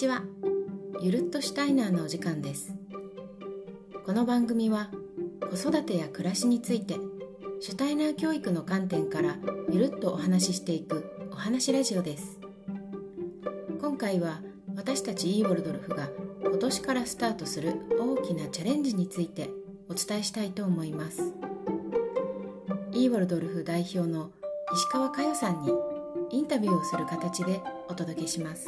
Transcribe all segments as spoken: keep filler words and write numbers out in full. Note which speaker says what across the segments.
Speaker 1: ちは。ゆるっとシュタイナーのお時間です。この番組は子育てや暮らしについてシュタイナー教育の観点からゆるっとお話ししていくお話ラジオです。今回は私たちイーボルドルフが今年からスタートする大きなチャレンジについてお伝えしたいと思います。イーボルドルフ代表の石川佳代さんにインタビューをする形でお届けします。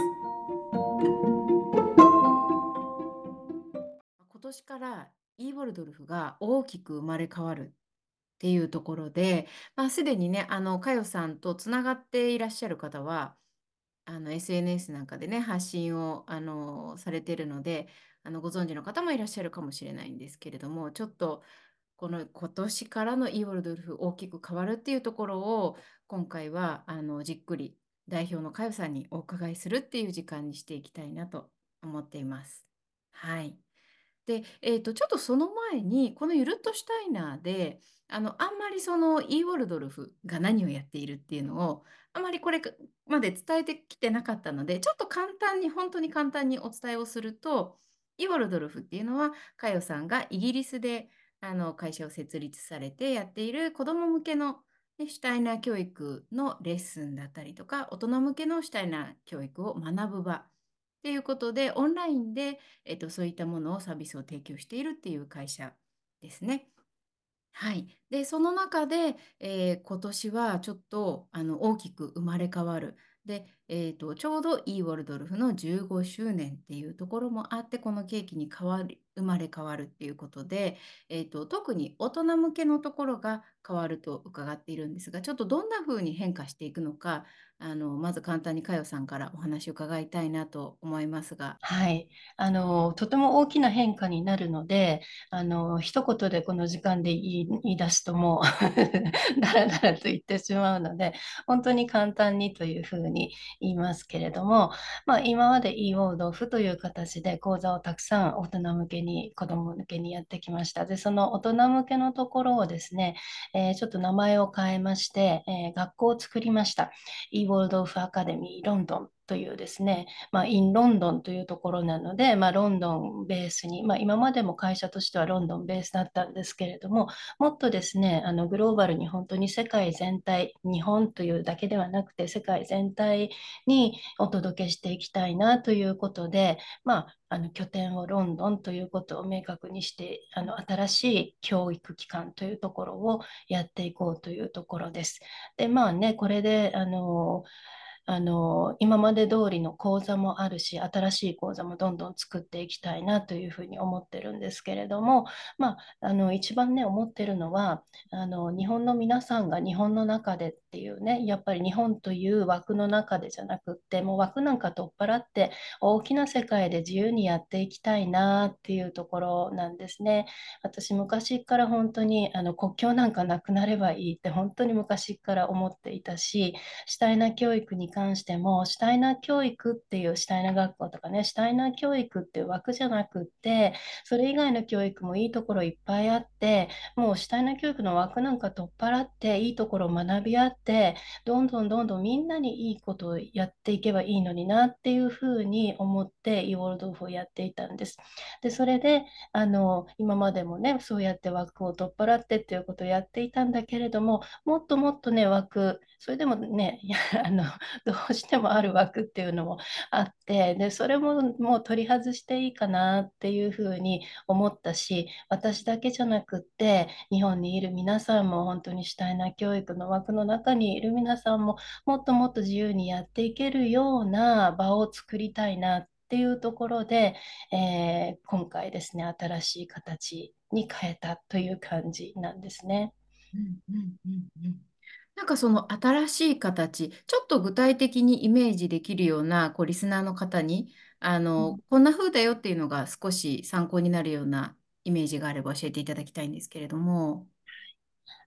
Speaker 1: 今年からイーボルドルフが大きく生まれ変わるっていうところで、まあ、すでにね、あの、佳代さんとつながっていらっしゃる方は、あの、エスエヌエス なんかでね、発信を、あの、されているので、あの、ご存知の方もいらっしゃるかもしれないんですけれども、ちょっと、この今年からのイーボルドルフ大きく変わるっていうところを、今回は、あの、じっくり代表の佳代さんにお伺いするっていう時間にしていきたいなと思っています。はい。で、えーと、ちょっとその前に、このゆるっとシュタイナーで、あの、あんまりそのイー・ウォルドルフが何をやっているっていうのを、あまりこれまで伝えてきてなかったので、ちょっと簡単に、本当に簡単にお伝えをすると、イー・ウォルドルフっていうのは、佳代さんがイギリスであの会社を設立されてやっている子ども向けの、ね、シュタイナー教育のレッスンだったりとか、大人向けのシュタイナー教育を学ぶ場っていうことで、オンラインでえっと、そういったものをサービスを提供しているっていう会社ですね。はい。で、その中で、えー今年はちょっとあの大きく生まれ変わる。で、えーと、ちょうどイー・ウォルドルフのじゅうごしゅうねんっていうところもあって、このケーキに変わり、生まれ変わるっていうことで、えーと、特に大人向けのところが変わると伺っているんですが、ちょっとどんな風に変化していくのか、あのまず簡単に佳代さんからお話を伺いたいなと思いますが。
Speaker 2: はい。あの、とても大きな変化になるので、あの、一言でこの時間で言い、言い出すともうだらだらと言ってしまうので、本当に簡単にというふうに言いますけれども、まあ、今まで e ウォードオフという形で講座をたくさん大人向けに、子供向けにやってきました。で、その大人向けのところをですね、えーちょっと名前を変えまして、えー学校を作りました。e ウォードオフアカデミーロンドンというですね、まあ、インロンドンというところなので、まあ、ロンドンベースに、まあ、今までも会社としてはロンドンベースだったんですけれども、もっとですね、あのグローバルに本当に世界全体、日本というだけではなくて、世界全体にお届けしていきたいなということで、まあ、あの拠点をロンドンということを明確にして、あの新しい教育機関というところをやっていこうというところです。で、まあね、これで、あの、あの、今まで通りの講座もあるし、新しい講座もどんどん作っていきたいなというふうに思ってるんですけれども、まあ、あの、一番ね、思ってるのは、あの、日本の皆さんが日本の中でっていうね、やっぱり日本という枠の中でじゃなくって、もう枠なんか取っ払って、大きな世界で自由にやっていきたいなっていうところなんですね。私、昔から本当にあの国境なんかなくなればいいって本当に昔から思っていたし、シュタイナー教育に関しても、シュタイナー教育っていう、シュタイナー学校とかね、シュタイナー教育っていう枠じゃなくって、それ以外の教育もいいところいっぱいあって、もうシュタイナー教育の枠なんか取っ払って、いいところを学び合って、どんどんどんどんみんなにいいことをやっていけばいいのになっていうふうに思って、イーウォルドオフをやっていたんです。で、それで、あの、今までもね、そうやって枠を取っ払ってっていうことをやっていたんだけれども、もっともっとね、枠、それでもね、いやあの、どうしてもある枠っていうのもあって、で、それももう取り外していいかなっていうふうに思ったし、私だけじゃなくって、日本にいる皆さんも本当にシュタイナー教育の枠の中にいる皆さんも、もっともっと自由にやっていけるような場を作りたいなっていうところで、えー今回ですね、新しい形に変えたという感じなんですね。
Speaker 1: うんうんうんうん。なんかその新しい形、ちょっと具体的にイメージできるようなこうリスナーの方にあのこんな風だよっていうのが少し参考になるようなイメージがあれば教えていただきたいんですけれども。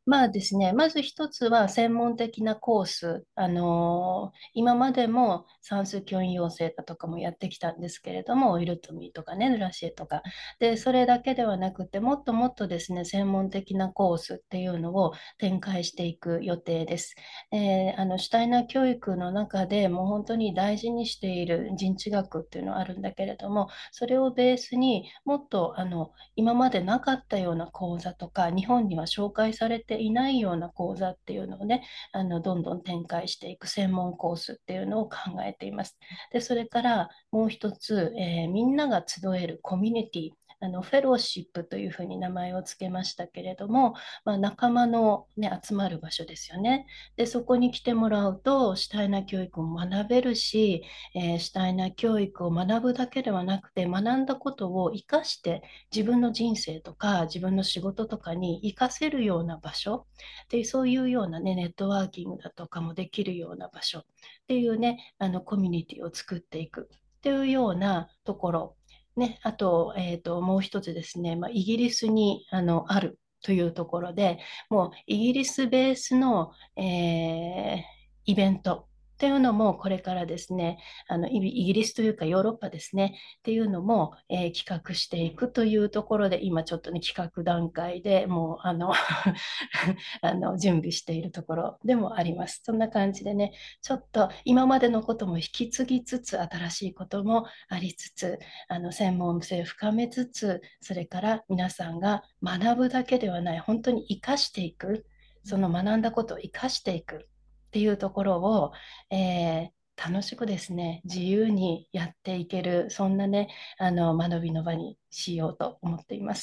Speaker 2: まあですね、まず一つは専門的なコース。あのー今までも算数教員養成だとかもやってきたんですけれども、オイルトミーとかね、ヌラシエとか。で、それだけではなくて、もっともっとですね、専門的なコースっていうのを展開していく予定です。えーあの、シュタイナー教育の中でもう本当に大事にしている人知学っていうのはあるんだけれども、それをベースにもっとあの今までなかったような講座とか、日本には紹介されていないような講座っていうのをね、あのどんどん展開していく専門コースっていうのを考えています。で、それからもう一つ、えーみんなが集えるコミュニティ、あのフェローシップというふうに名前を付けましたけれども、まあ、仲間の、ね、集まる場所ですよね。で、そこに来てもらうと、シュタイナー教育を学べるし、えーシュタイナー教育を学ぶだけではなくて、学んだことを生かして自分の人生とか自分の仕事とかに活かせるような場所で、そういうようなね、ネットワーキングだとかもできるような場所っていうね、あのコミュニティを作っていくっていうようなところ。ね、あと、えーと、もう一つですね、まあ、イギリスにあのあるというところで、もうイギリスベースの、えーイベントっていうのもこれからですね、あのイギリスというかヨーロッパですね、っていうのも、えー企画していくというところで、今ちょっとね、企画段階でもう、あのあの、準備しているところでもあります。そんな感じでね、ちょっと今までのことも引き継ぎつつ、新しいこともありつつ、あの、専門性を深めつつ、それから皆さんが学ぶだけではない、本当に活かしていく、その学んだことを活かしていくっていうところを、えー楽しくですね、自由にやっていける、そんなね、あの学びの場にしようと思っています。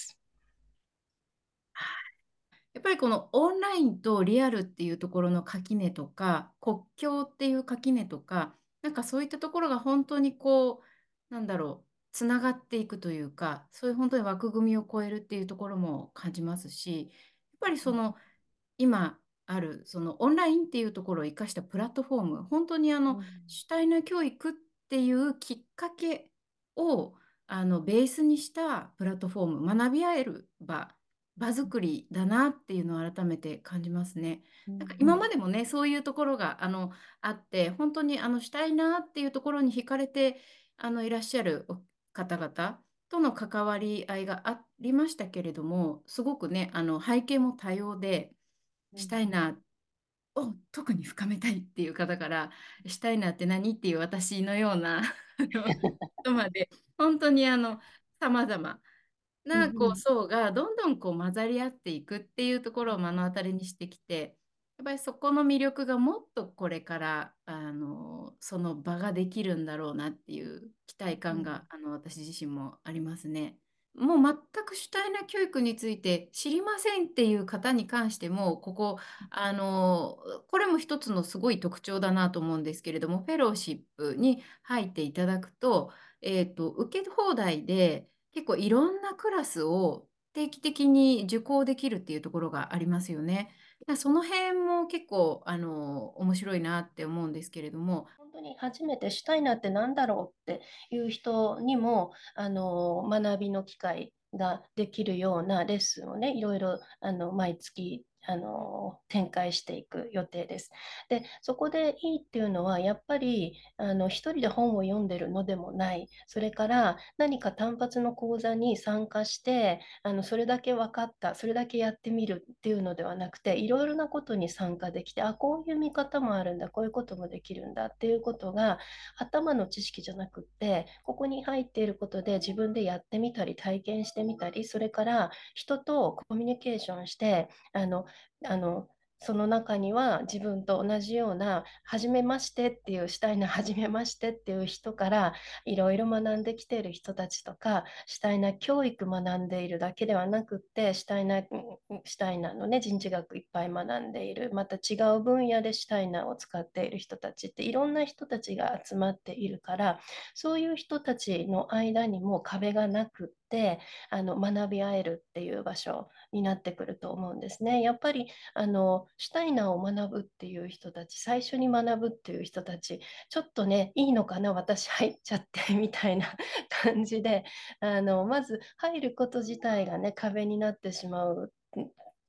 Speaker 1: やっぱりこのオンラインとリアルっていうところの垣根とか、国境っていう垣根とか、なんかそういったところが本当にこう、なんだろう、つながっていくというか、そういう本当に枠組みを超えるっていうところも感じますし、やっぱりその今あるそのオンラインっていうところを生かしたプラットフォーム、本当にあの
Speaker 2: うん
Speaker 1: 主体な教育っていうきっかけをあのベースにしたプラットフォーム、学び合える場、場作りだなっていうのを改めて感じますね。なんか今までもね、そういうところがあのあって、本当にあのしたいなっていうところに惹かれてあのいらっしゃる方々との関わり合いがありましたけれども、すごくね、あの背景も多様で、したいなを特に深めたいっていう方から、したいなって何っていう私のようなあの人まで、本当にあの様々なこう
Speaker 2: うん
Speaker 1: 層がどんどんこう混ざり合っていくっていうところを目の当たりにしてきて、やっぱりそこの魅力がもっとこれからあのその場ができるんだろうなっていう期待感があの私自身もありますね。もう全く主体な教育について知りませんっていう方に関しても、ここ、あの、これも一つのすごい特徴だなと思うんですけれども、フェローシップに入っていただくと、えっと、受け放題で結構いろんなクラスを定期的に受講できるっていうところがありますよね。だからその辺も結構、あの、面白いなって思うんですけれども、
Speaker 2: 本当に初めてしたいなってなんだろうっていう人にもあの学びの機会ができるようなレッスンをね、いろいろあの毎月あの展開していく予定です。で、そこでいいっていうのは、やっぱりあの一人で本を読んでるのでもない、それから何か単発の講座に参加して、あのそれだけ分かった、それだけやってみるっていうのではなくて、いろいろなことに参加できて、あ、こういう見方もあるんだ、こういうこともできるんだっていうことが頭の知識じゃなくって、ここに入っていることで自分でやってみたり、体験してみたり、それから人とコミュニケーションして、あの、あの、その中には自分と同じような、初めましてっていう、したいな、初めましてっていう人から、いろいろ学んできている人たちとか、シュタイナー教育学んでいるだけではなくって、シュタイナー、シュタイナーのね、人事学いっぱい学んでいる、また違う分野でシュタイナーを使っている人たちっていろんな人たちが集まっているから、そういう人たちの間にも壁がなくって、あの学び合えるっていう場所になってくると思うんですね。やっぱりあのシュタイナーを学ぶっていう人たち、最初に学ぶっていう人たち、ちょっとね、いいのかな、私入っちゃってみたいな感じで、あのまず入ること自体がね、壁になってしまう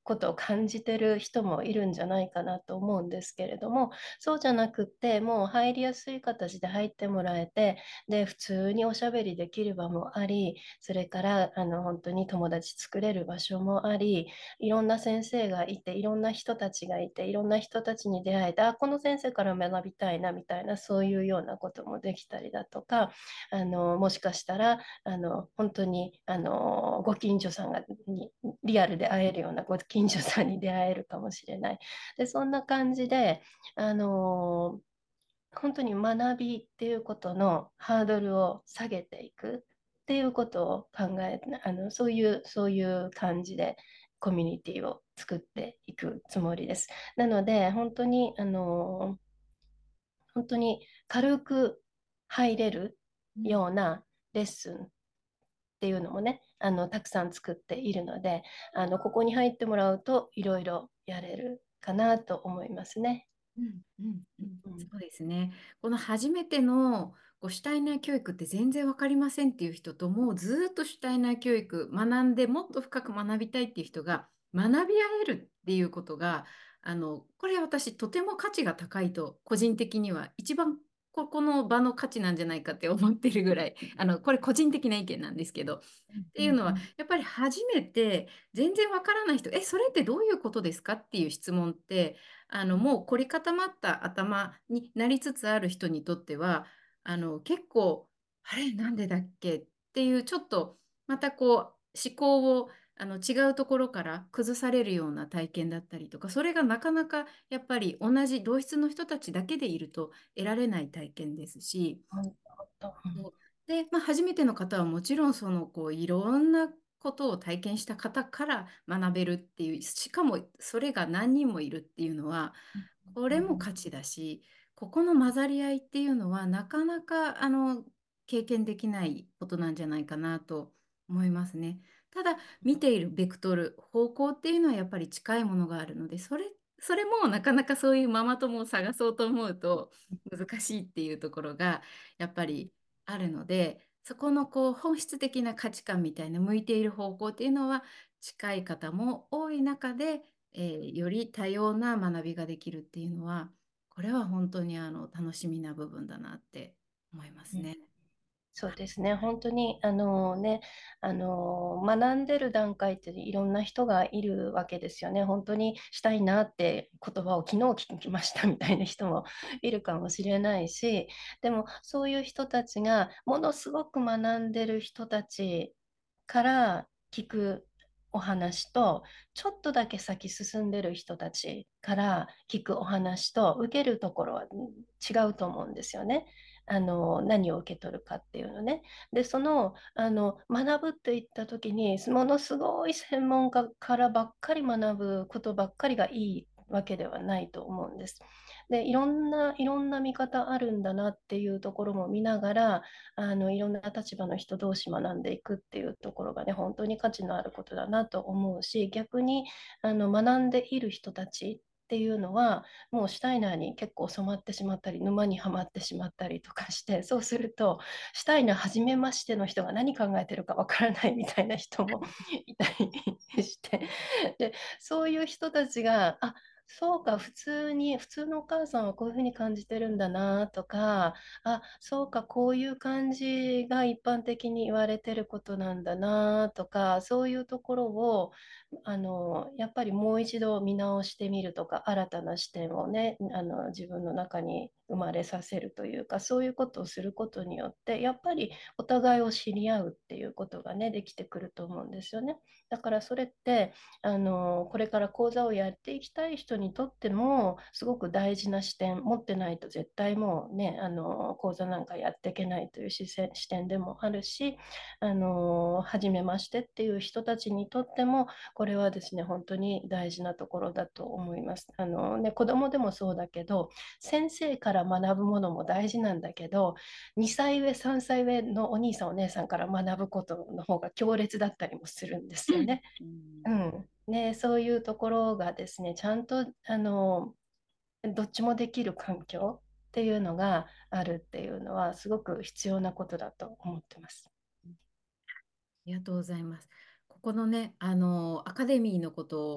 Speaker 2: ことを感じてる人もいるんじゃないかなと思うんですけれども、そうじゃなくってもう入りやすい形で入ってもらえて、で普通におしゃべりできる場もあり、それからあの本当に友達作れる場所もあり、いろんな先生がいて、いろんな人たちがいて、いろんな人たちに出会えて、あ、この先生から学びたいなみたいな、そういうようなこともできたりだとか、あのもしかしたらあの本当にあのご近所さんがにリアルで会えるようなご近所さんに出会えるかもしれない。でそんな感じであの本当に学びっていうことのハードルを下げていくっていうことを考え、あのそういう、そういう感じでコミュニティを作っていくつもりです。なので、本当に、あの、本当に軽く入れる
Speaker 1: うん。
Speaker 2: ようなレッスンっていうのもね、あの、たくさん作っているので、あの、ここに入ってもらうといろいろやれるかなと思いますね。
Speaker 1: うんうんうん、
Speaker 2: うん、
Speaker 1: そうですね。この初めてのこうシュタイナー教育って全然わかりませんっていう人と、もうずっとシュタイナー教育学んでもっと深く学びたいっていう人が学び合えるっていうことが、あのこれ私とても価値が高いと個人的には一番ここの場の価値なんじゃないかって思ってるぐらい、あのこれ個人的な意見なんですけど。っていうのは、
Speaker 2: うん、
Speaker 1: やっぱり初めて全然わからない人、え、それってどういうことですかっていう質問って、あのもう凝り固まった頭になりつつある人にとっては、あの結構、あれ、なんでだっけっていう、ちょっとまたこう思考をあの違うところから崩されるような体験だったりとか、それがなかなかやっぱり同じ同質の人たちだけでいると得られない体験ですし、
Speaker 2: 本当、うん、
Speaker 1: そうで、まあ、初めての方はもちろんそのこういろんなことを体験した方から学べるっていう、しかもそれが何人もいるっていうのは、これも価値だし、ここの混ざり合いっていうのはなかなかあの経験できないことなんじゃないかなと思いますね。ただ見ているベクトル、方向っていうのはやっぱり近いものがあるので、それ、それもなかなかそういうママ友を探そうと思うと難しいっていうところがやっぱりあるので、そこのこう本質的な価値観みたいな向いている方向っていうのは近い方も多い中で、えーより多様な学びができるっていうのは、これは本当にあの楽しみな部分だなって思います
Speaker 2: うん、
Speaker 1: ね。
Speaker 2: そうですね、本当に、あのね、あの学んでる段階っていろんな人がいるわけですよね。本当にしたいなって言葉を昨日聞きましたみたいな人もいるかもしれないし、でもそういう人たちがものすごく学んでる人たちから聞くお話と、ちょっとだけ先進んでる人たちから聞くお話と、受けるところは違うと思うんですよね。あの何を受け取るかっていうのね。で、その、あの学ぶっていった時に、ものすごい専門家からばっかり学ぶことばっかりがいいわけではないと思うんです。で、いろんな、いろんな見方あるんだなっていうところも見ながら、あのいろんな立場の人同士学んでいくっていうところがね、本当に価値のあることだなと思うし、逆にあの学んでいる人たちっていうのは、もうシュタイナーに結構染まってしまったり、沼にはまってしまったりとかして、そうすると、シュタイナー初めましての人が何考えてるかわからないみたいな人もいたりして、で、そういう人たちが、あ、そうか、普通に、普通のお母さんはこういうふうに感じてるんだなとか、あ、そうか、こういう感じが一般的に言われてることなんだなとか、そういうところを、あの、やっぱりもう一度見直してみるとか、新たな視点をね、あの、自分の中に生まれさせるというか、そういうことをすることによって、やっぱりお互いを知り合うっていうことがね、できてくると思うんですよね。だからそれって、あの、これから講座をやっていきたい人にとっても、すごく大事な視点、持ってないと絶対もうね、あの、講座なんかやっていけないという視線視点でもあるし、あの、初めましてっていう人たちにとっても、これはですね、本当に大事なところだと思います。あのね、子供でもそうだけど、先生から学ぶものも大事なんだけど、にさい上、さんさい上のお兄さん、お姉さんから学ぶことの方が強烈だったりもするんですよね。
Speaker 1: うん。
Speaker 2: うん。ね、そういうところがですね、ちゃんと、あの、どっちもできる環境っていうのがあるっていうのは、すごく必要なことだと思ってます。
Speaker 1: ありがとうございます。ここのね、あの、アカデミーのことを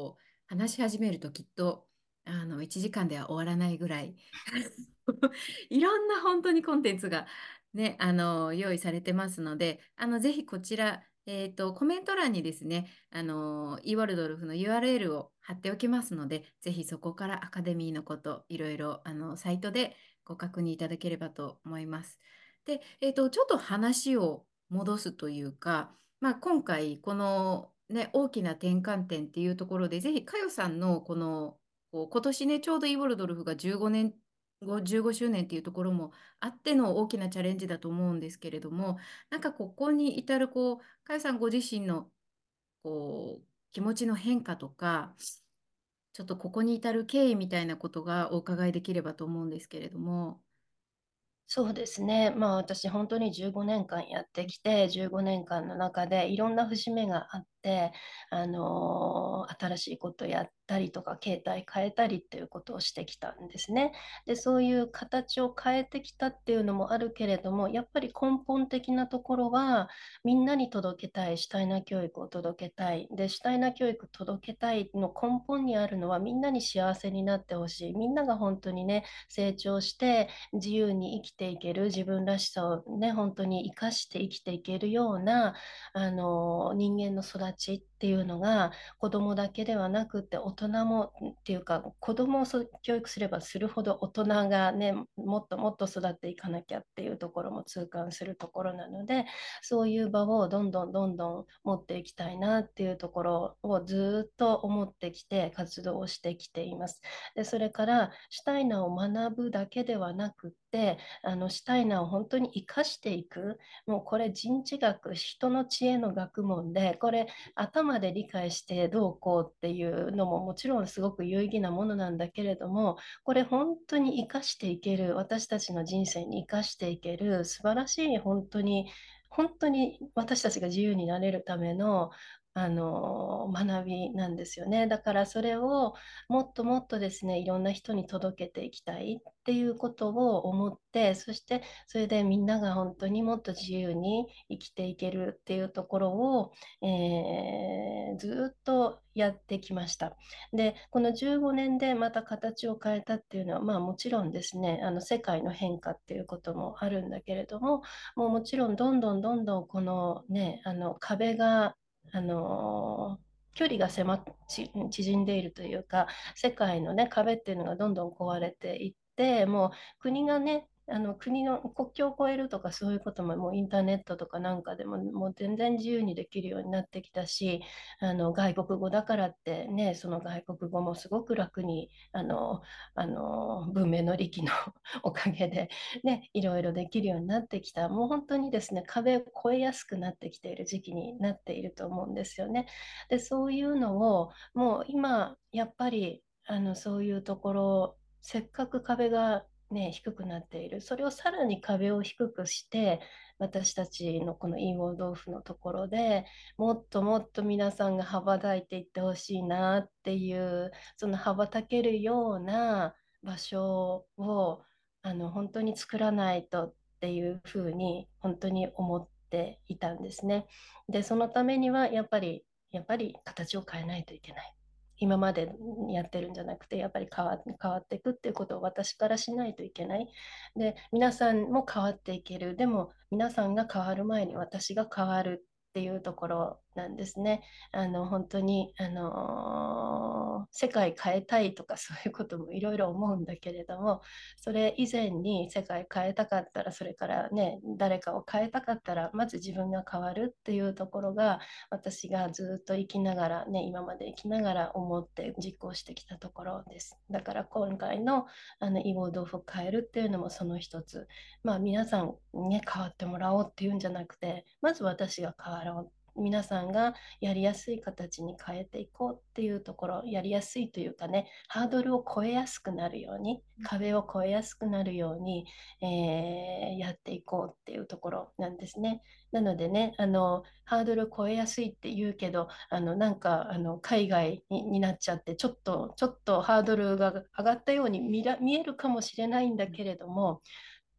Speaker 1: 話し始めるときっとあのいちじかんでは終わらないぐらいいろんな本当にコンテンツが、ね、あの用意されてますので、あのぜひこちら、えーと、コメント欄にですね、あの イーワルドルフの ユーアールエル を貼っておきますので、ぜひそこからアカデミーのこと、いろいろあのサイトでご確認いただければと思います。で、えーと、ちょっと話を戻すというか、まあ、今回この、ね、大きな転換点っていうところで、ぜひ佳代さんのこのこう今年ね、ちょうどイーボルドルフがじゅうごねん、ごじゅうごしゅうねんっていうところもあっての大きなチャレンジだと思うんですけれども、なんかここに至るこう、佳代さんご自身のこう気持ちの変化とか、ちょっとここに至る経緯みたいなことがお伺いできればと思うんですけれども。
Speaker 2: そうですね。まあ私本当にじゅうごねんかんやってきて、じゅうごねんかんの中でいろんな節目があって、あのー新しいことやったりとか、携帯変えたりっていうことをしてきたんですね。で、そういう形を変えてきたっていうのもあるけれども、やっぱり根本的なところは、みんなに届けたい、主体な教育を届けたい。で、主体な教育届けたいの根本にあるのは、みんなに幸せになってほしい。みんなが本当にね、成長して、自由に生きていける自分らしさをね本当に生かして生きていけるようなあの人間の育ちっていうのが子供だけではなくて大人もっていうか子供を教育すればするほど大人がねもっともっと育っていかなきゃっていうところも痛感するところなのでそういう場をどんどんどんどん持っていきたいなっていうところをずっと思ってきて活動をしてきています。でそれからシュタイナーを学ぶだけではなくってあのシュタイナーを本当に生かしていくもうこれ人知学人の知恵の学問でこれ頭で理解してどうこうっていうのももちろんすごく有意義なものなんだけれどもこれ本当に生かしていける私たちの人生に生かしていける素晴らしい本当に本当に私たちが自由になれるためのあの学びなんですよね。だからそれをもっともっとですね、いろんな人に届けていきたいっていうことを思って、そしてそれでみんなが本当にもっと自由に生きていけるっていうところを、えーずっとやってきました。で、このじゅうごねんでまた形を変えたっていうのは、まあもちろんですね、あの世界の変化っていうこともあるんだけれども、もうもちろんどんどんどんどんこのね、あの壁があの距離が狭ち縮んでいるというか世界の、ね、壁っていうのがどんどん壊れていってもう国がねあの国の国境を越えるとかそういうことももうインターネットとかなんかでももう全然自由にできるようになってきたしあの外国語だからってねその外国語もすごく楽にあのあの文明の利器のおかげでね、いろいろできるようになってきた、もう本当にですね、壁を越えやすくなってきている時期になっていると思うんですよね。で、そういうのを、もう今、やっぱり、あの、そういうところ、せっかく壁がね、低くなっている、それをさらに壁を低くして、私たちのこのイーゴー豆腐のところでもっともっと皆さんが羽ばたいていってほしいなっていうその羽ばたけるような場所をあの本当に作らないとっていうふうに本当に思っていたんですね。で、そのためにはやっぱり、やっぱり形を変えないといけない。今までやってるんじゃなくて、やっぱり変わ変わっていくっていうことを私からしないといけない。で、皆さんも変わっていける。でも、皆さんが変わる前に私が変わるっていうところなんですね。あの本当に、あのー世界変えたいとかそういうこともいろいろ思うんだけれどもそれ以前に世界変えたかったらそれからね誰かを変えたかったらまず自分が変わるっていうところが私がずっと生きながらね今まで生きながら思って実行してきたところです。だから今回のあの囲碁豆腐を変えるっていうのもその一つ。まあ皆さんね変わってもらおうっていうんじゃなくてまず私が変わろう皆さんがやりやすい形に変えていこうっていうところやりやすいというかねハードルを超えやすくなるように壁を越えやすくなるように、えーやっていこうっていうところなんですね。なのでねあのハードルを超えやすいって言うけどあのなんかあの海外に、になっちゃってちょっとちょっとハードルが上がったように見ら見えるかもしれないんだけれども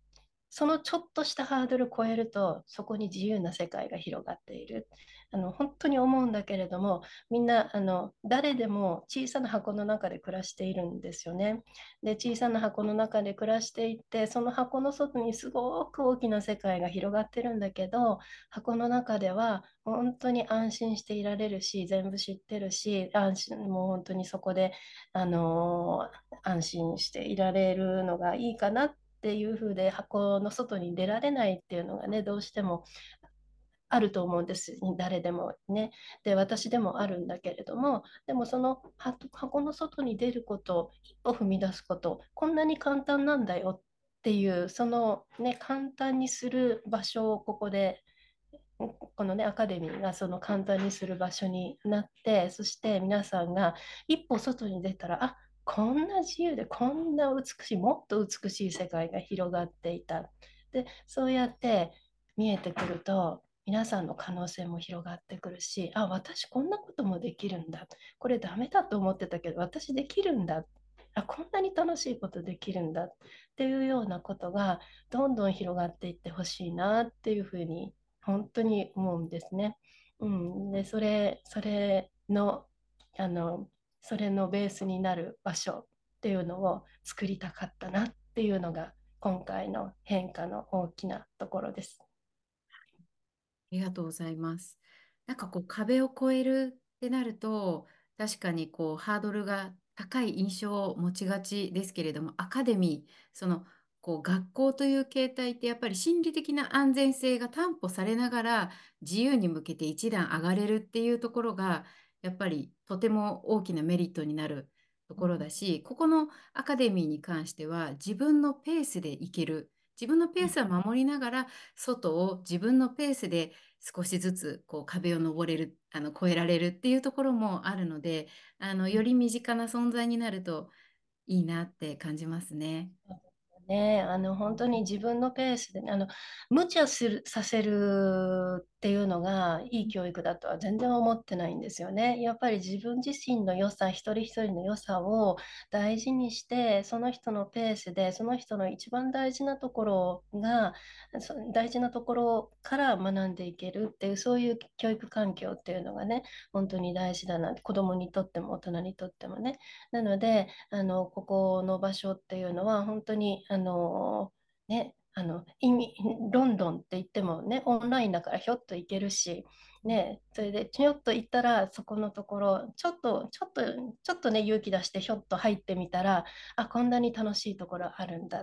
Speaker 2: そのちょっとしたハードルを超えると、そこに自由な世界が広がっている。あの本当に思うんだけれども、みんなあの誰でも小さな箱の中で暮らしているんですよね。で、小さな箱の中で暮らしていて、その箱の外にすごく大きな世界が広がってるんだけど、箱の中では本当に安心していられるし、全部知ってるし、安心、もう本当にそこで、あの安心していられるのがいいかなっていう風で、箱の外に出られないっていうのがね、どうしてもあると思うんです。誰でもね。で、私でもあるんだけれども、でもその箱の外に出ること、一歩踏み出すこと、こんなに簡単なんだよっていう、そのね、簡単にする場所をここで、このね、アカデミーがその簡単にする場所になって、そして皆さんが一歩外に出たら、あ、こんな自由で、こんな美しい、もっと美しい世界が広がっていた。で、そうやって見えてくると、皆さんの可能性も広がってくるし、あ、私こんなこともできるんだ。これダメだと思ってたけど、私できるんだ。あ、こんなに楽しいことできるんだっていうようなことがどんどん広がっていってほしいなっていうふうに本当に思うんですね。うん、で、それ、それの、あの、それのベースになる場所っていうのを作りたかったなっていうのが今回の変化の大きなところです。
Speaker 1: りがとうございます。なんかこう壁を越えるってなると、確かにこうハードルが高い印象を持ちがちですけれども、アカデミー、そのこう学校という形態ってやっぱり心理的な安全性が担保されながら自由に向けて一段上がれるっていうところがやっぱりとても大きなメリットになるところだし、ここのアカデミーに関しては自分のペースでいける。自分のペースは守りながら外を自分のペースで少しずつこう壁を登れる、あの越えられるっていうところもあるので、あのより身近な存在になるといいなって感じますね。
Speaker 2: ね、あの本当に自分のペースでね、あの無茶するさせるっていうのがいい教育だとは全然思ってないんですよね。やっぱり自分自身の良さ、一人一人の良さを大事にして、その人のペースで、その人の一番大事なところが、そ大事なところから学んでいけるっていう、そういう教育環境っていうのがね、本当に大事だな、子供にとっても大人にとってもね。なので、あの、ここの場所っていうのは、本当に、あの、ね、あの、意味、ロンドンって言ってもね、オンラインだからひょっと行けるし、ね、それでひょっと行ったら、そこのところ、ちょっと、ちょっと、ちょっとね、勇気出してひょっと入ってみたら、あ、こんなに楽しいところあるんだって、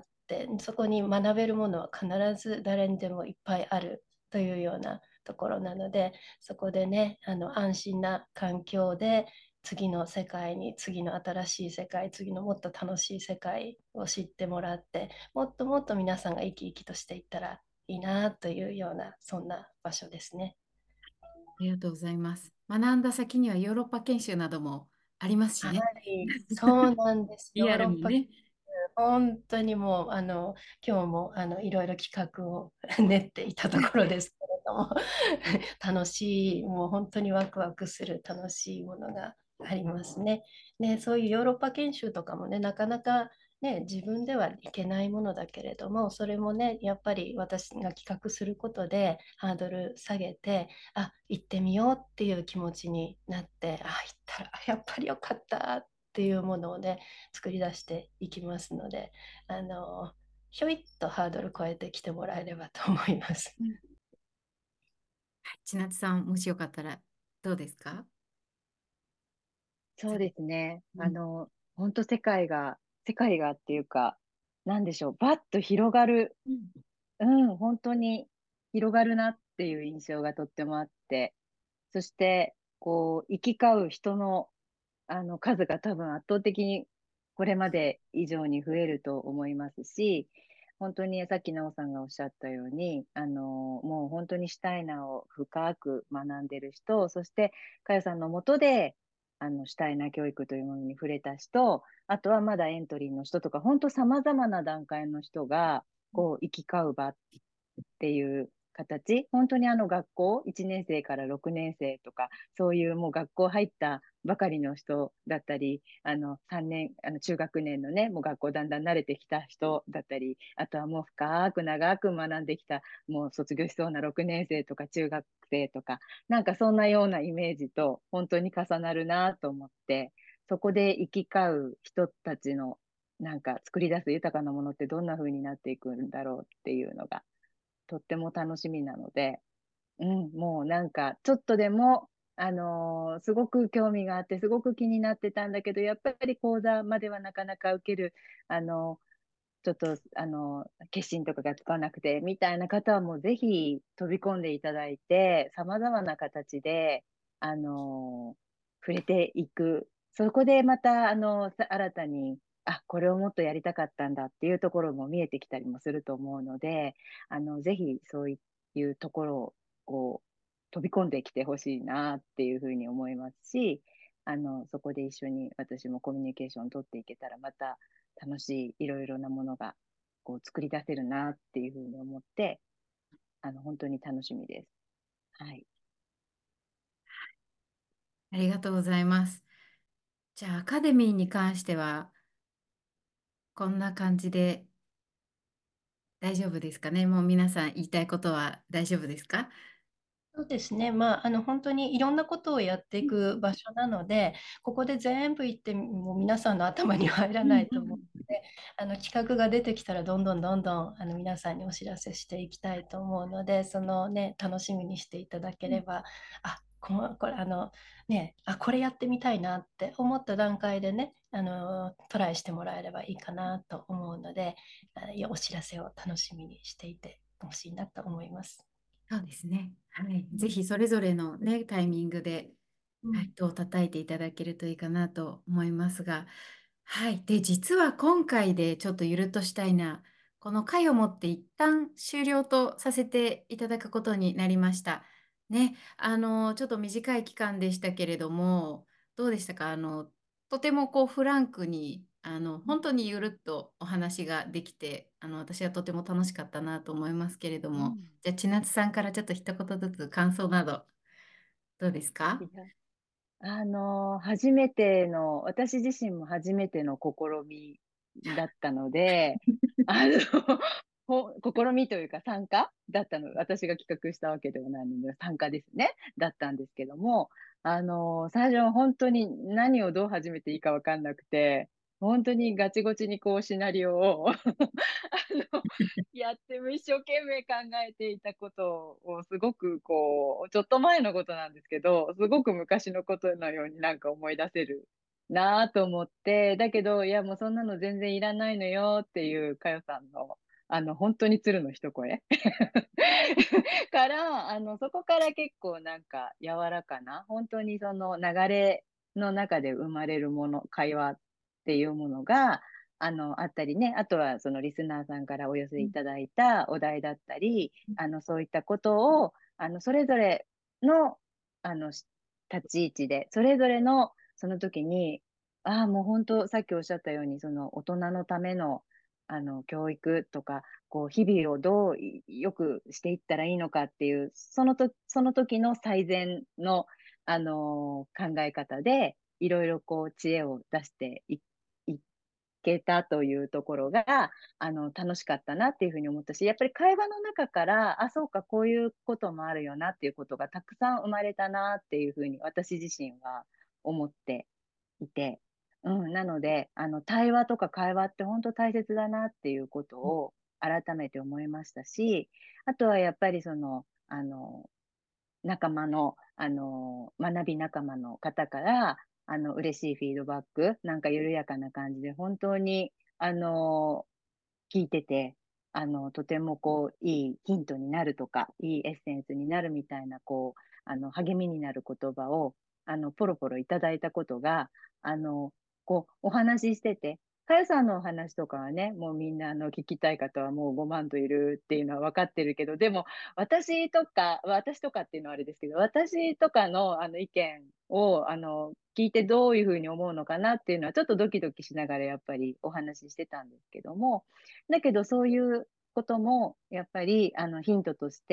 Speaker 2: そこに学べるものは必ず誰にでもいっぱいあるというようなところなので、そこでね、あの、安心な環境で、次の世界に、次の新しい世界、次のもっと楽しい世界を知ってもらって、もっともっと皆さんが生き生きとしていったらいいなというような、そんな場所ですね。
Speaker 1: ありがとうございます。学んだ先にはヨーロッパ研修などもありますし
Speaker 2: は
Speaker 1: ね。
Speaker 2: い、そうなんです。ヨー
Speaker 1: リア
Speaker 2: ロッパ、
Speaker 1: ルもね。
Speaker 2: 本当にもう、あの、今日も、あの、いろいろ企画を練っていたところですけれども、楽しい、もう本当にワクワクする楽しいものがありますね。ね、そういうヨーロッパ研修とかもね、なかなかね、自分では行けないものだけれども、それもね、やっぱり私が企画することでハードル下げて、あ、行ってみようっていう気持ちになって、あ、行ったら、あやっぱりよかったっていうものをね、作り出していきますので、あの、ひょいっとハードル超えてきてもらえればと思います。
Speaker 1: うん。千夏さん、もしよかったらどうですか？
Speaker 3: そうですね。
Speaker 1: うん。
Speaker 3: あの、本当世界が、世界がっていうか、なんでしょう、バッと広がる、
Speaker 1: うん。
Speaker 3: うん、本当に広がるなっていう印象がとってもあって、そして、こう、行き交う人の、あの、数が多分圧倒的にこれまで以上に増えると思いますし、本当にさっき奈緒さんがおっしゃったように、あの、もう本当にシュタイナーを深く学んでる人、そして、かよさんのもとで、あの、シュタイナー教育というものに触れた人、あとはまだエントリーの人とか、本当様々な段階の人が、こう、行き交う場っていう形、本当にあの学校、いちねん生からろくねん生とか、そういうもう学校入ったばかりの人だったり、あのさんねん、あの中学年のね、もう学校だんだん慣れてきた人だったり、あとはもう深く長く学んできた、もう卒業しそうなろくねん生とか中学生とか、なんかそんなようなイメージと本当に重なるなと思って、そこで行き交う人たちのなんか作り出す豊かなものってどんな風になっていくんだろうっていうのがとっても楽しみなので、うん、もうなんかちょっとでも、あのーすごく興味があってすごく気になってたんだけど、やっぱり講座まではなかなか受ける、あのちょっと、あの決心とかがつかなくてみたいな方はもうぜひ飛び込んでいただいて、さまざまな形で、あの触れていく。そこでまた、あのさ新たに、あ、これをもっとやりたかったんだっていうところも見えてきたりもすると思うので、あのぜひそういうところをこう飛び込んできてほしいなっていうふうに思いますし、あのそこで一緒に私もコミュニケーションを取っていけたらまた楽しいいろいろなものがこう作り出せるなっていうふうに思って、あの本当に楽しみです。はい。
Speaker 1: ありがとうございます。じゃあ、アカデミーに関しては、こんな感じで大丈夫ですかね。もう皆さん言いたいことは大丈夫ですか？
Speaker 2: そうですね。まあ、あの本当にいろんなことをやっていく場所なので、ここで全部言っても皆さんの頭には入ら
Speaker 1: うん
Speaker 2: ないと思うの
Speaker 1: うん。
Speaker 2: で、あの企画が出てきたらどんどんどんどんあの皆さんにお知らせしていきたいと思うので、そのね、楽しみにしていただければ、あ、ここれあのね、あ、これやってみたいなって思った段階でね、あのトライしてもらえればいいかなと思うので、あいやお知らせを楽しみにしていてほしいなと思います。
Speaker 1: そうですね。はい。
Speaker 2: うん
Speaker 1: ぜひそれぞれのね、タイミングで、はい、
Speaker 2: うん
Speaker 1: 戸を叩いていただけるといいかなと思いますが、はい。で、実は今回でちょっとゆるっとしたいな、この回をもって一旦終了とさせていただくことになりました。ね、あの、ちょっと短い期間でしたけれども、どうでしたか？あの、とてもこうフランクに、あの、本当にゆるっとお話ができて、あの、私はとても楽しかったなと思いますけれども、
Speaker 3: うん。
Speaker 1: じゃあ、千夏さんからちょっと一言ずつ感想など、どうですか？
Speaker 3: いや、あの、初めての、私自身も初めての試みだったので、あの、ほ試みというか参加だったの。私が企画したわけではないので、参加ですね。だったんですけども、あの、最初は本当に何をどう始めていいかわかんなくて、本当にガチゴチにこうシナリオをあの、やっても一生懸命考えていたことをすごくこう、ちょっと前のことなんですけど、すごく昔のことのようになんか思い出せるなぁと思って、だけど、いやもうそんなの全然いらないのよっていうかよさんの、あの、本当に鶴の一声から、あの、そこから結構なんか柔らかな、本当にその流れの中で生まれるもの、会話っていうものが、あの、あったりね、あとはそのリスナーさんからお寄せいただいたお題だったり、あの、そういったことを、あの、それぞれの、あの、し立ち位置で、それぞれの、その時に、ああ、もう本当、さっきおっしゃったように、その大人のための、あの、教育とか、こう、日々をどうい良くしていったらいいのかっていう、そのと、その時の最善の、あのー考え方で、いろいろこう、知恵を出してい、いけたというところが、あの、楽しかったなっていうふうに思ったし、やっぱり会話の中から、あ、そうか、こういうこともあるよなっていうことがたくさん生まれたなっていうふうに私自身は思っていて、うん、なので、あの、対話とか会話って本当大切だなっていうことを改めて思いましたし、あとはやっぱりその、あの、仲間の、あの、学び仲間の方から、あの、嬉しいフィードバック、なんか緩やかな感じで、本当に、あの、聞いてて、あの、とてもこう、いいヒントになるとか、いいエッセンスになるみたいな、こう、あの、励みになる言葉を、あの、ポロポロいただいたことが、あの、こう、お話ししてて、かよさんのお話とかはね、もうみんな、あの、聞きたい方はもうごまんといるっていうのは分かってるけど、でも、私とか、私とかっていうのはあれですけど、私とかの、あの、意見を、あの、聞いてどういうふうに思うのかなっていうのは、ちょっとドキドキしながらやっぱりお話ししてたんですけども、だけどそういうことも、やっぱり、あの、ヒントとして、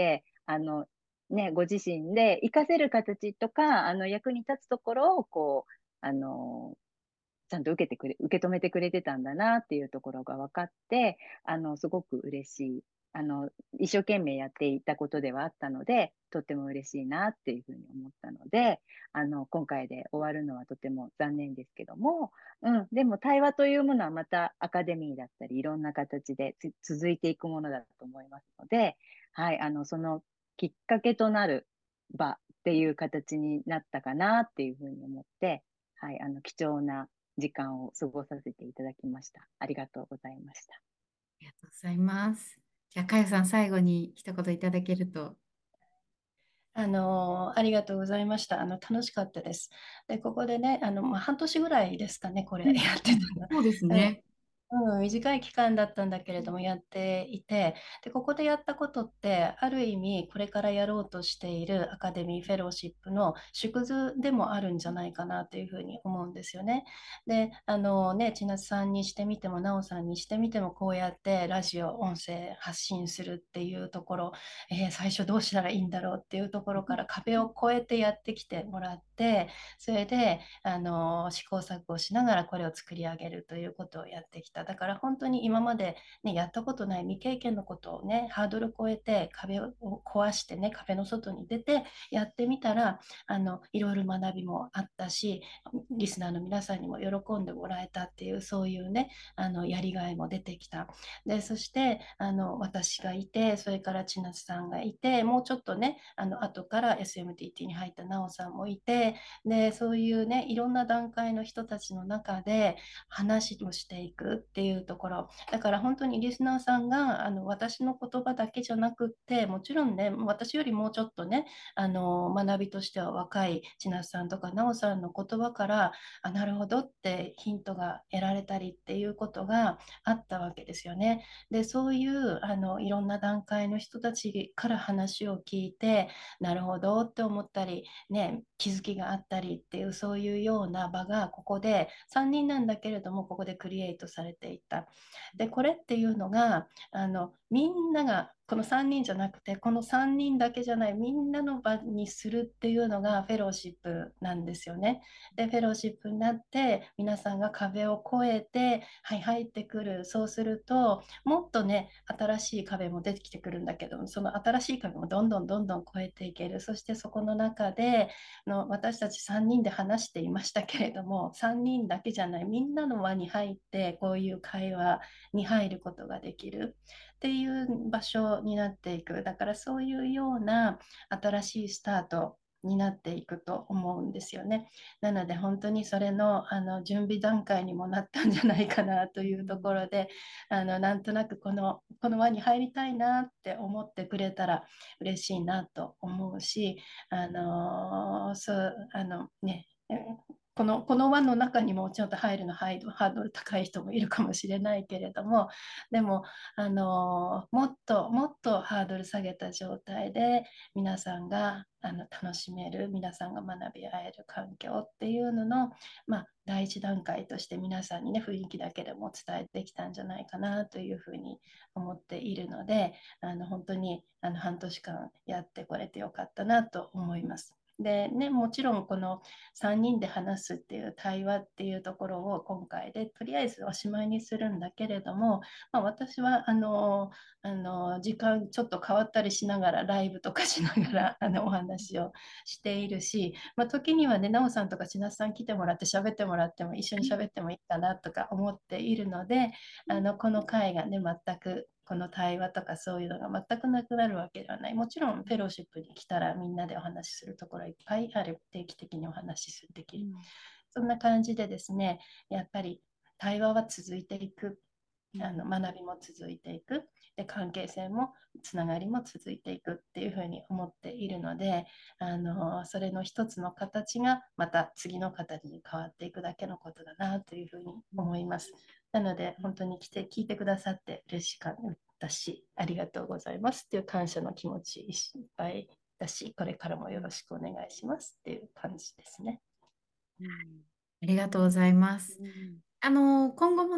Speaker 3: あの、ね、ご自身で活かせる形とか、あの、役に立つところを、こう、あの、ちゃんと受けてくれ、受け止めてくれてたんだなっていうところが分かって、あの、すごく嬉しい。あの、一生懸命やっていたことではあったので、とっても嬉しいなっていうふうに思ったので、あの、今回で終わるのはとても残念ですけども、うん、でも対話というものはまたアカデミーだったり、いろんな形でつ続いていくものだと思いますので、はい、あの、そのきっかけとなる場っていう形になったかなっていうふうに思って、はい、あの、貴重な時間を過ごさせていただきました。ありがとうございました。
Speaker 1: りがとうございます。じゃあ、かよさん、最後に一言いただけると。
Speaker 2: あの、ありがとうございました。あの、楽しかったです。で、ここでね、あの、まあ、半年ぐらいですかね、これや
Speaker 1: うん、
Speaker 2: ってた
Speaker 1: うん、そうです
Speaker 2: の。
Speaker 1: ね。
Speaker 2: うん、短い期間だったんだけれどもやっていて、で、ここでやったことって、ある意味、これからやろうとしているアカデミーフェローシップの縮図でもあるんじゃないかなというふうに思うんですよね。で、あのね、千夏さんにしてみても、奈緒さんにしてみても、こうやってラジオ、音声発信するっていうところ、えー最初どうしたらいいんだろうっていうところから壁を越えてやってきてもらって、それで、あの試行錯誤しながらこれを作り上げるということをやってきた。だから本当に今まで、ね、やったことない未経験のことをね、ハードルを越えて壁を壊してね、壁の外に出てやってみたら、あのいろいろ学びもあったし、リスナーの皆さんにも喜んでもらえたっていう、そういうね、あのやりがいも出てきた。で、そしてあの私がいて、それから千夏さんがいて、もうちょっとね、あの後から エスエムティーティー に入った奈緒さんもいて、で、そういうね、いろんな段階の人たちの中で話をしていくっていうところ。だから本当にリスナーさんがあの私の言葉だけじゃなくって、もちろんね、私よりもうちょっとね、あの学びとしては若い千奈さんとか奈緒さんの言葉から、あ、なるほどってヒントが得られたりっていうことがあったわけですよね。で、そういうあのいろんな段階の人たちから話を聞いて、なるほどって思ったり、ね、気づきがあったりっていう、そういうような場がここでさんにんなんだけれども、ここでクリエイトされていた。で、これっていうのが、あのみんながこのさんにんじゃなくて、このさんにんだけじゃない、みんなの場にするっていうのがフェローシップなんですよね。で、フェローシップになって皆さんが壁を越えて、はい、入ってくる。そうするともっとね、新しい壁も出てきてくるんだけど、その新しい壁もどんどんどんどん越えていける。そしてそこの中での私たちさんにんで話していましたけれども、さんにんだけじゃない、みんなの輪に入ってこういう会話に入ることができるっていう場所になっていく。だからそういうような新しいスタートになっていくと思うんですよね。なので本当にそれの、あの準備段階にもなったんじゃないかなというところで、あのなんとなくこのこの輪に入りたいなって思ってくれたら嬉しいなと思うし、あのそうあのね、この、この輪の中にもちょっと入るのハードル高い人もいるかもしれないけれども、でも、あのもっともっとハードル下げた状態で皆さんがあの楽しめる、皆さんが学び合える環境っていうのの、まあ、第一段階として皆さんにね、雰囲気だけでも伝えてきたんじゃないかなというふうに思っているので、あの本当にあの半年間やってこれてよかったなと思います。でね、もちろんこのさんにんで話すっていう対話っていうところを今回でとりあえずおしまいにするんだけれども、まあ、私はあのあの時間ちょっと変わったりしながらライブとかしながらあのお話をしているし、まあ、時にはね、なおさんとか千夏さん来てもらって喋ってもらっても一緒に喋ってもいいかなとか思っているので、あのこの会がね、全くこの対話とかそういうのが全くなくなるわけではない。もちろんフェローシップに来たらみんなでお話しするところいっぱいある。定期的にお話しできる。そんな感じでですね、やっぱり対話は続いていく。あの学びも続いていく。で、関係性もつながりも続いていくっていうふうに思っているので、あのそれの一つの形がまた次の形に変わっていくだけのことだなというふうに思います。なので、本当に来て聞いてくださって嬉しかったし、ありがとうございますっていう感謝の気持ちいっぱいだし、これからもよろしくお願いしますっていう感じですね。
Speaker 1: ありがとうございます。あの、今後もね、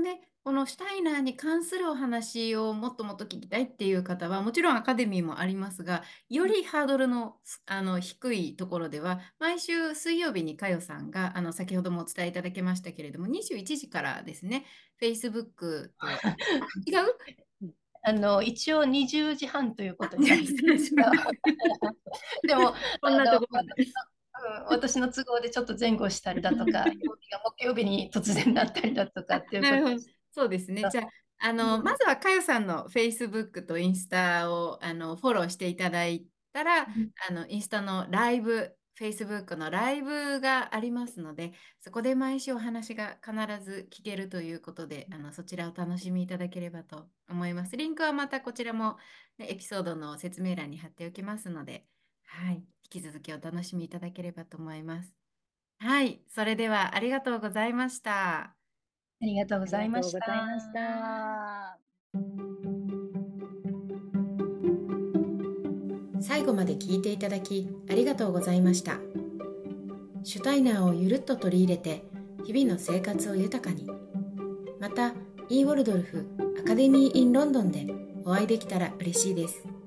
Speaker 1: このシュタイナーに関するお話をもっともっと聞きたいっていう方は、もちろんアカデミーもありますが、よりハードルの、あの低いところでは、毎週水曜日にかよさんが、あの先ほどもお伝えいただきましたけれども、にじゅういちじからですね、Facebook と、あ、違う。
Speaker 2: あの、一応にじゅうじはんということになってるんですが、でも、あ
Speaker 1: こんな
Speaker 2: の、
Speaker 1: ところで。
Speaker 2: うん私の都合でちょっと前後したりだとか、曜日が木曜日に突然なったりだとかっていうことで
Speaker 1: なるほど。そうですね。じゃあ、あの、ま
Speaker 2: うん
Speaker 1: ずはかよさんの Facebook とインスタをあのフォローしていただいたら、あの、インスタのライブ、Facebook のライブがありますので、そこで毎週お話が必ず聞けるということで、あの、そちらをお楽しみいただければと思います。リンクはまたこちらも、ね、エピソードの説明欄に貼っておきますので、はい、引き続きお楽しみいただければと思います。はい、それではありがとうございました。
Speaker 2: ありがとうご
Speaker 3: ありがとう
Speaker 2: ざいました。
Speaker 3: ございました。
Speaker 1: 最後まで聞いていただきありがとうございました。シュタイナーをゆるっと取り入れて日々の生活を豊かに。また、イー・ウォルドルフ・アカデミー・イン・ロンドンでお会いできたら嬉しいです。